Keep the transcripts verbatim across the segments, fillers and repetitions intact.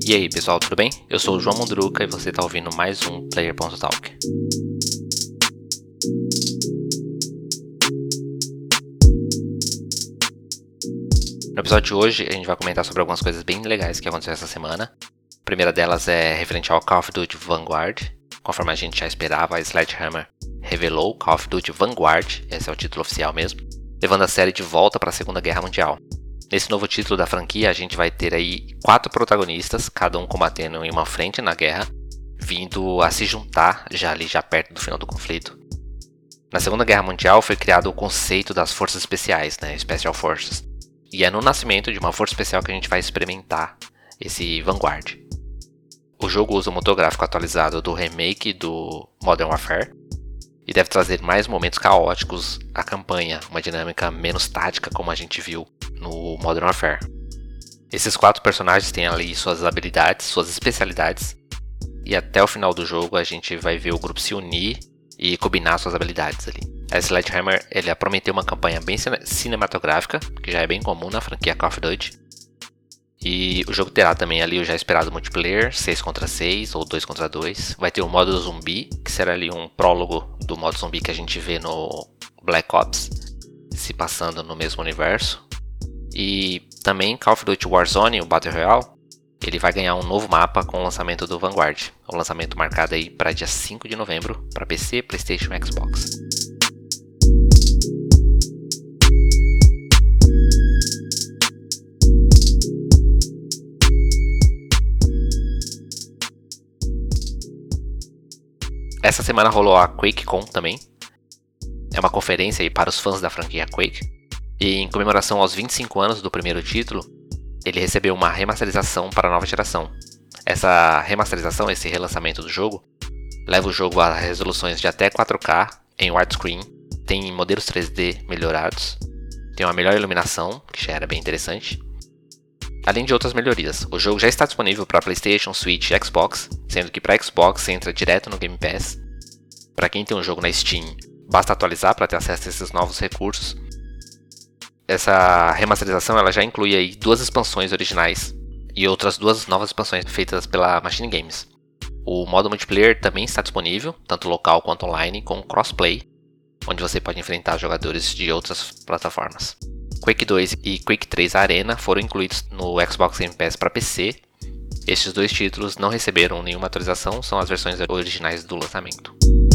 E aí pessoal, tudo bem? Eu sou o João Mundruca e você está ouvindo mais um Player.talk. No episódio de hoje a gente vai comentar sobre algumas coisas bem legais que aconteceram essa semana. A primeira delas é referente ao Call of Duty Vanguard. Conforme a gente já esperava, a Sledgehammer revelou Call of Duty Vanguard, esse é o título oficial mesmo, levando a série de volta para a Segunda Guerra Mundial. Nesse novo título da franquia, a gente vai ter aí quatro protagonistas, cada um combatendo em uma frente na guerra, vindo a se juntar já ali, já perto do final do conflito. Na Segunda Guerra Mundial foi criado o conceito das forças especiais, né, Special Forces, e é no nascimento de uma força especial que a gente vai experimentar esse Vanguard. O jogo usa o motor gráfico atualizado do remake do Modern Warfare, e deve trazer mais momentos caóticos à campanha, uma dinâmica menos tática como a gente viu no Modern Warfare. Esses quatro personagens têm ali suas habilidades, suas especialidades, e até o final do jogo a gente vai ver o grupo se unir e combinar suas habilidades ali. A Sledgehammer ele prometeu uma campanha bem cinematográfica, que já é bem comum na franquia Call of Duty. E o jogo terá também ali o já esperado multiplayer, seis contra seis ou dois contra dois. Vai ter o modo zumbi, que será ali um prólogo do modo zumbi que a gente vê no Black Ops, se passando no mesmo universo. E também Call of Duty Warzone, o Battle Royale, ele vai ganhar um novo mapa com o lançamento do Vanguard. O lançamento marcado aí para dia cinco de novembro para P C, PlayStation e Xbox. Essa semana rolou a QuakeCon também. É uma conferência aí para os fãs da franquia Quake. E em comemoração aos vinte e cinco anos do primeiro título, ele recebeu uma remasterização para a nova geração. Essa remasterização, esse relançamento do jogo, leva o jogo a resoluções de até quatro K em widescreen, tem modelos três D melhorados, tem uma melhor iluminação, que já era bem interessante, além de outras melhorias. O jogo já está disponível para PlayStation, Switch e Xbox, sendo que para Xbox entra direto no Game Pass. Para quem tem um jogo na Steam, basta atualizar para ter acesso a esses novos recursos. Essa remasterização ela já inclui aí duas expansões originais e outras duas novas expansões feitas pela Machine Games. O modo multiplayer também está disponível, tanto local quanto online, com crossplay, onde você pode enfrentar jogadores de outras plataformas. Quake dois e Quake três Arena foram incluídos no Xbox Game Pass para P C. Estes dois títulos não receberam nenhuma atualização, são as versões originais do lançamento.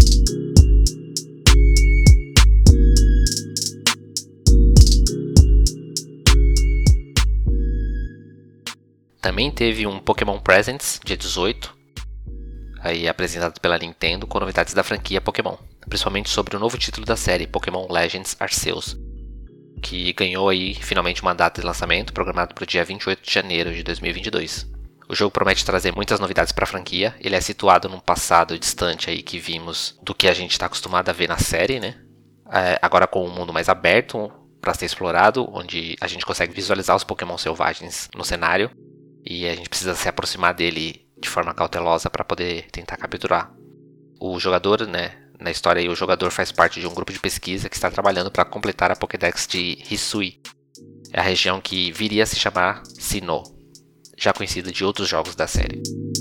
Também teve um Pokémon Presents, dia dezoito, aí apresentado pela Nintendo com novidades da franquia Pokémon, principalmente sobre o novo título da série, Pokémon Legends Arceus, que ganhou aí finalmente uma data de lançamento programado para o dia vinte e oito de janeiro de dois mil e vinte e dois. O jogo promete trazer muitas novidades para a franquia. Ele é situado num passado distante aí que vimos do que a gente está acostumado a ver na série, né? É, agora com um mundo mais aberto para ser explorado, onde a gente consegue visualizar os Pokémon selvagens no cenário e a gente precisa se aproximar dele de forma cautelosa para poder tentar capturar. O jogador, né? Na história aí, o jogador faz parte de um grupo de pesquisa que está trabalhando para completar a Pokédex de Hisui, é a região que viria a se chamar Sinnoh, já conhecida de outros jogos da série.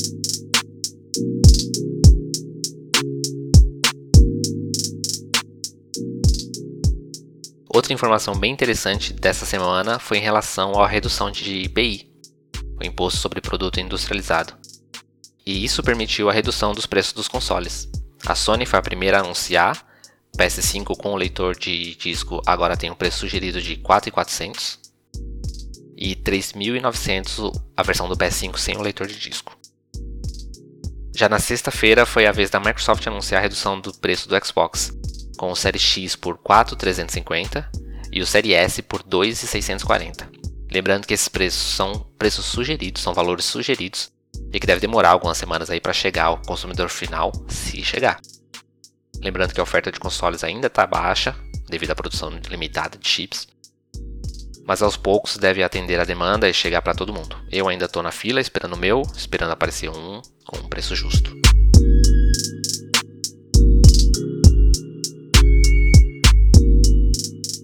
Outra informação bem interessante dessa semana foi em relação à redução de I P I, o Imposto sobre Produto Industrializado, e isso permitiu a redução dos preços dos consoles. A Sony foi a primeira a anunciar. P S cinco com o leitor de disco agora tem um preço sugerido de quatro mil e quatrocentos e três mil e novecentos a versão do P S cinco sem o leitor de disco. Já na sexta-feira foi a vez da Microsoft anunciar a redução do preço do Xbox, com o Série X por quatro mil trezentos e cinquenta e o Série S por dois mil seiscentos e quarenta. Lembrando que esses preços são preços sugeridos, são valores sugeridos, e que deve demorar algumas semanas aí para chegar ao consumidor final, se chegar. Lembrando que a oferta de consoles ainda está baixa, devido à produção limitada de chips, mas aos poucos deve atender a demanda e chegar para todo mundo. Eu ainda estou na fila esperando o meu, esperando aparecer um com um preço justo.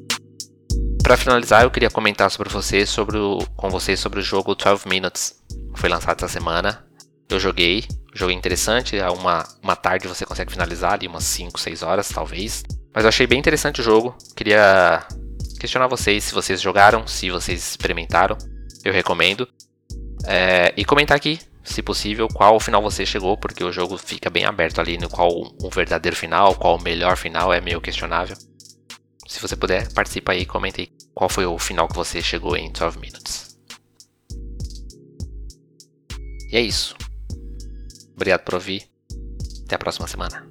Para finalizar, eu queria comentar sobre você, sobre o, com vocês sobre o jogo doze Minutes, que foi lançado essa semana. Eu joguei, jogo interessante, a uma, uma tarde você consegue finalizar ali, umas cinco, seis horas talvez. Mas eu achei bem interessante o jogo, queria questionar vocês se vocês jogaram, se vocês experimentaram, eu recomendo. É, e comentar aqui, se possível, qual final você chegou, porque o jogo fica bem aberto ali no qual o verdadeiro final, qual o melhor final, é meio questionável. Se você puder, participa aí e comenta aí qual foi o final que você chegou em doze Minutes. E é isso. Obrigado por ouvir. Até a próxima semana.